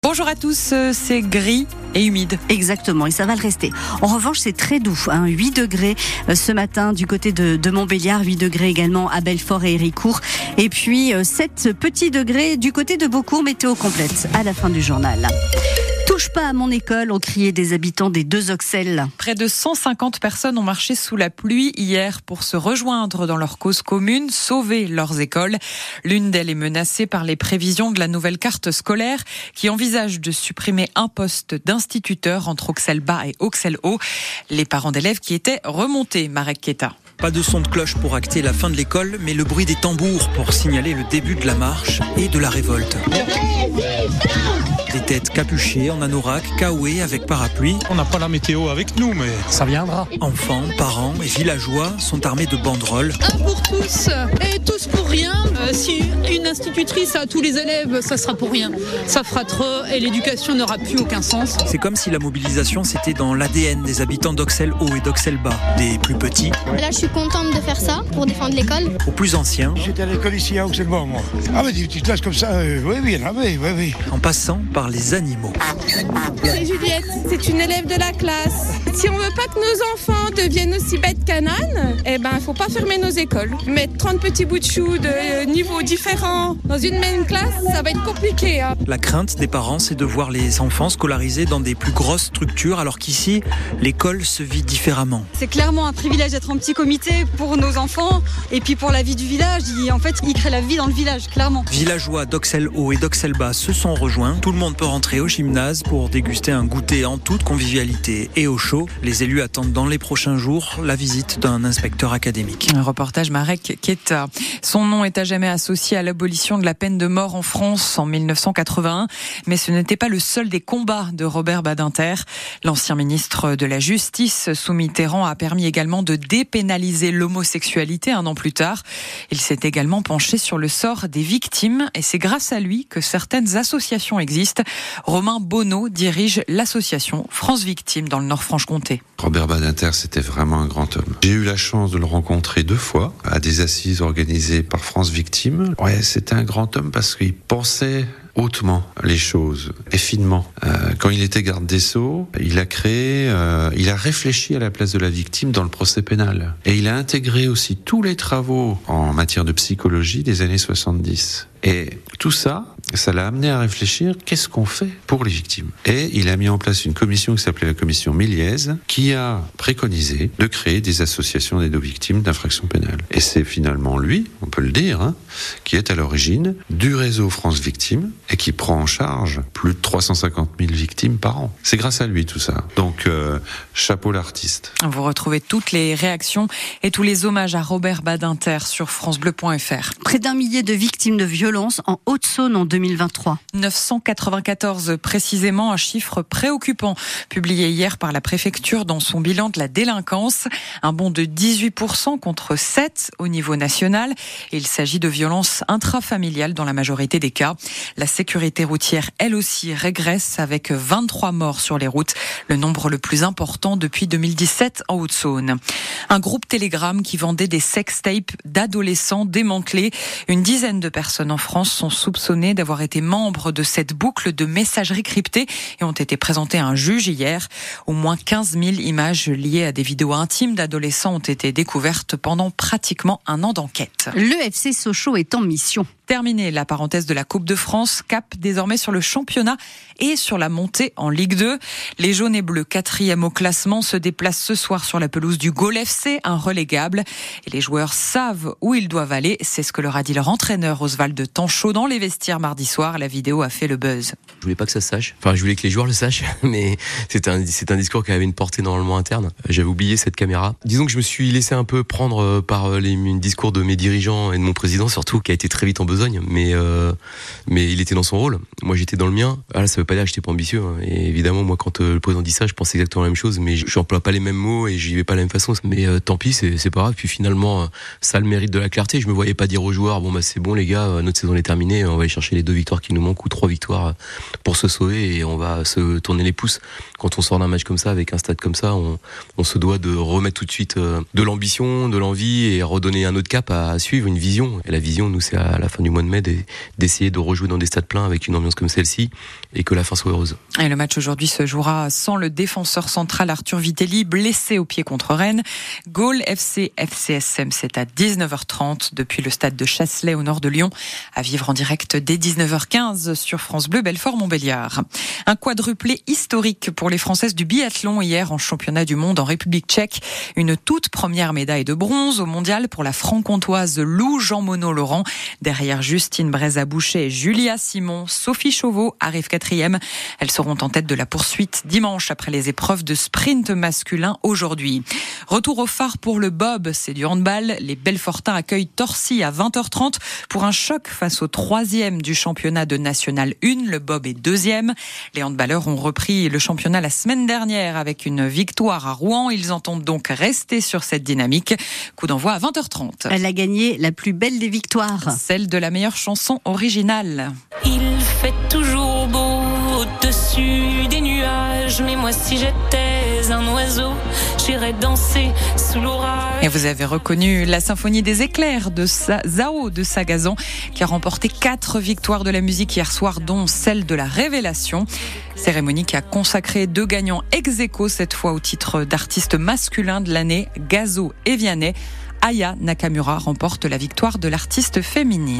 Bonjour à tous, c'est gris et humide. Exactement, et ça va le rester. En revanche, c'est très doux, 8 degrés ce matin du côté de Montbéliard, 8 degrés également à Belfort et Héricourt, et puis 7 petits degrés du côté de Beaucourt, météo complète à la fin du journal. Touche pas à mon école, ont crié des habitants des Deux Auxelles. Près de 150 personnes ont marché sous la pluie hier pour se rejoindre dans leur cause commune, sauver leurs écoles. L'une d'elles est menacée par les prévisions de la nouvelle carte scolaire qui envisage de supprimer un poste d'instituteur entre Auxelles-Bas et Auxelles-Haut. Les parents d'élèves qui étaient remontés, Marek Keta. Pas de son de cloche pour acter la fin de l'école, mais le bruit des tambours pour signaler le début de la marche et de la révolte. Des têtes capuchées en anorak, kawaii avec parapluie. On n'a pas la météo avec nous, mais ça viendra. Enfants, parents et villageois sont armés de banderoles. Un pour tous et tous pour rien. Si une institutrice a tous les élèves, ça sera pour rien. Ça fera trop et l'éducation n'aura plus aucun sens. C'est comme si la mobilisation c'était dans l'ADN des habitants d'Auxelles-Haut et d'Auxelles-Bas. Des plus petits. Là, je suis contente de faire ça pour défendre l'école. Aux plus anciens. J'étais à l'école ici à Auxelles-Bas, moi. Ah, mais des petites classes comme ça, oui, il y en avait, oui. En passant par les animaux. C'est Juliette, c'est une élève de la classe. Si on veut pas que nos enfants deviennent aussi bêtes qu'un âne, faut pas fermer nos écoles. Mettre 30 petits bouts de choux de niveaux différents dans une même classe, ça va être compliqué. La crainte des parents, c'est de voir les enfants scolarisés dans des plus grosses structures, alors qu'ici, l'école se vit différemment. C'est clairement un privilège d'être en petit comité pour nos enfants et puis pour la vie du village. Ils créent la vie dans le village, clairement. Villageois d'Auxelles-Haut et d'Auxelles-Bas se sont rejoints. Tout le monde peut rentrer au gymnase pour déguster un goûter en toute convivialité et au chaud. Les élus attendent dans les prochains jours la visite d'un inspecteur académique. Un reportage Marek Keta. Son nom est à jamais associé à l'abolition de la peine de mort en France en 1981, mais ce n'était pas le seul des combats de Robert Badinter. L'ancien ministre de la Justice sous Mitterrand a permis également de dépénaliser l'homosexualité un an plus tard. Il s'est également penché sur le sort des victimes et c'est grâce à lui que certaines associations existent. Romain Bonneau dirige l'association France Victimes dans le Nord-Franche-Comté. Robert Badinter, c'était vraiment un grand homme. J'ai eu la chance de le rencontrer 2 fois à des assises organisées par France Victimes. Ouais, c'était un grand homme parce qu'il pensait hautement les choses et finement. Quand il était garde des Sceaux, il a réfléchi à la place de la victime dans le procès pénal. Et il a intégré aussi tous les travaux en matière de psychologie des années 70. Et tout ça, ça l'a amené à réfléchir, qu'est-ce qu'on fait pour les victimes ? Et il a mis en place une commission qui s'appelait la commission Méliès, qui a préconisé de créer des associations d'aide aux victimes d'infractions pénales. Et c'est finalement lui, on peut le dire, qui est à l'origine du réseau France Victimes et qui prend en charge plus de 350 000 victimes par an. C'est grâce à lui tout ça. Donc, chapeau l'artiste. Vous retrouvez toutes les réactions et tous les hommages à Robert Badinter sur francebleu.fr. Près d'1 millier de victimes de violences en Haute-Saône en 2023. 994 précisément, un chiffre préoccupant publié hier par la préfecture dans son bilan de la délinquance. Un bond de 18% contre 7 au niveau national. Il s'agit de violences intrafamiliales dans la majorité des cas. La sécurité routière, elle aussi, régresse avec 23 morts sur les routes, le nombre le plus important depuis 2017 en Haute-Saône. Un groupe Telegram qui vendait des sextapes d'adolescents démantelés. Une dizaine de personnes en France sont soupçonnées d'avoir été membres de cette boucle de messagerie cryptée et ont été présentées à un juge hier. Au moins 15 000 images liées à des vidéos intimes d'adolescents ont été découvertes pendant pratiquement un an d'enquête. Le FC Sochaux est en mission. Terminé la parenthèse de la Coupe de France, cap désormais sur le championnat et sur la montée en Ligue 2. Les jaunes et bleus, 4e au classement, se déplacent ce soir sur la pelouse du Gol FC, un relégable. Et les joueurs savent où ils doivent aller. C'est ce que leur a dit leur entraîneur Oswald Tanchot dans les vestiaires mardi soir. La vidéo a fait le buzz. Je voulais pas que ça se sache. Enfin, je voulais que les joueurs le sachent, mais c'est un discours qui avait une portée normalement interne. J'avais oublié cette caméra. Disons que je me suis laissé un peu prendre par les discours de mes dirigeants et de mon président surtout, qui a été très vite en besogne. Mais il était dans son rôle. Moi, j'étais dans le mien. Ça veut pas dire que j'étais pas ambitieux. Et évidemment, moi, quand le président dit ça, je pense exactement la même chose, mais je n'emploie pas les mêmes mots et j'y vais pas de la même façon. Mais tant pis, c'est pas grave. Puis finalement, ça a le mérite de la clarté. Je me voyais pas dire aux joueurs, c'est bon les gars, notre saison est terminée, on va aller chercher les 2 victoires qui nous manquent ou 3 victoires pour se sauver et on va se tourner les pouces. Quand on sort d'un match comme ça, avec un stade comme ça, on se doit de remettre tout de suite de l'ambition, de l'envie et redonner un autre cap à suivre, une vision. Et la vision, nous, c'est à la fin du mois de mai, d'essayer de rejouer dans des stades pleins avec une ambiance comme celle-ci et que la fin soit heureuse. Et le match aujourd'hui se jouera sans le défenseur central Arthur Vitelli, blessé au pied contre Rennes. Gaulle FC FCSM, c'est à 19h30 depuis le stade de Chasselet au nord de Lyon, à vivre en direct dès 19h15 sur France Bleu Belfort-Montbéliard. Un quadruplé historique pour les Françaises du biathlon hier en championnat du monde en République tchèque. Une toute première médaille de bronze au mondial pour la franc-comtoise Lou Jean Monod-Laurent. Derrière Justine Brézaboucher et Julia Simon, Sophie Chauveau arrive 4e. Elles seront en tête de la poursuite dimanche après les épreuves de sprint masculin aujourd'hui. Retour au phare pour le bob, c'est du handball. Les Belfortins accueillent Torcy à 20h30 pour un choc face au 3e du championnat de National 1. Le bob est 2e. Les handballeurs ont repris le championnat la semaine dernière avec une victoire à Rouen. Ils entendent donc rester sur cette dynamique. Coup d'envoi à 20h30. Elle a gagné la plus belle des victoires. Celle de la meilleure chanson originale. Il fait toujours beau au-dessus des nuages, mais moi si j'étais un oiseau, j'irais danser sous l'orage. Et vous avez reconnu la symphonie des éclairs de Zao de Sagazan, qui a remporté 4 victoires de la musique hier soir, dont celle de la Révélation. Cérémonie qui a consacré 2 gagnants ex-aequo, cette fois au titre d'artiste masculin de l'année, Gazo et Vianney. Aya Nakamura remporte la victoire de l'artiste féminine.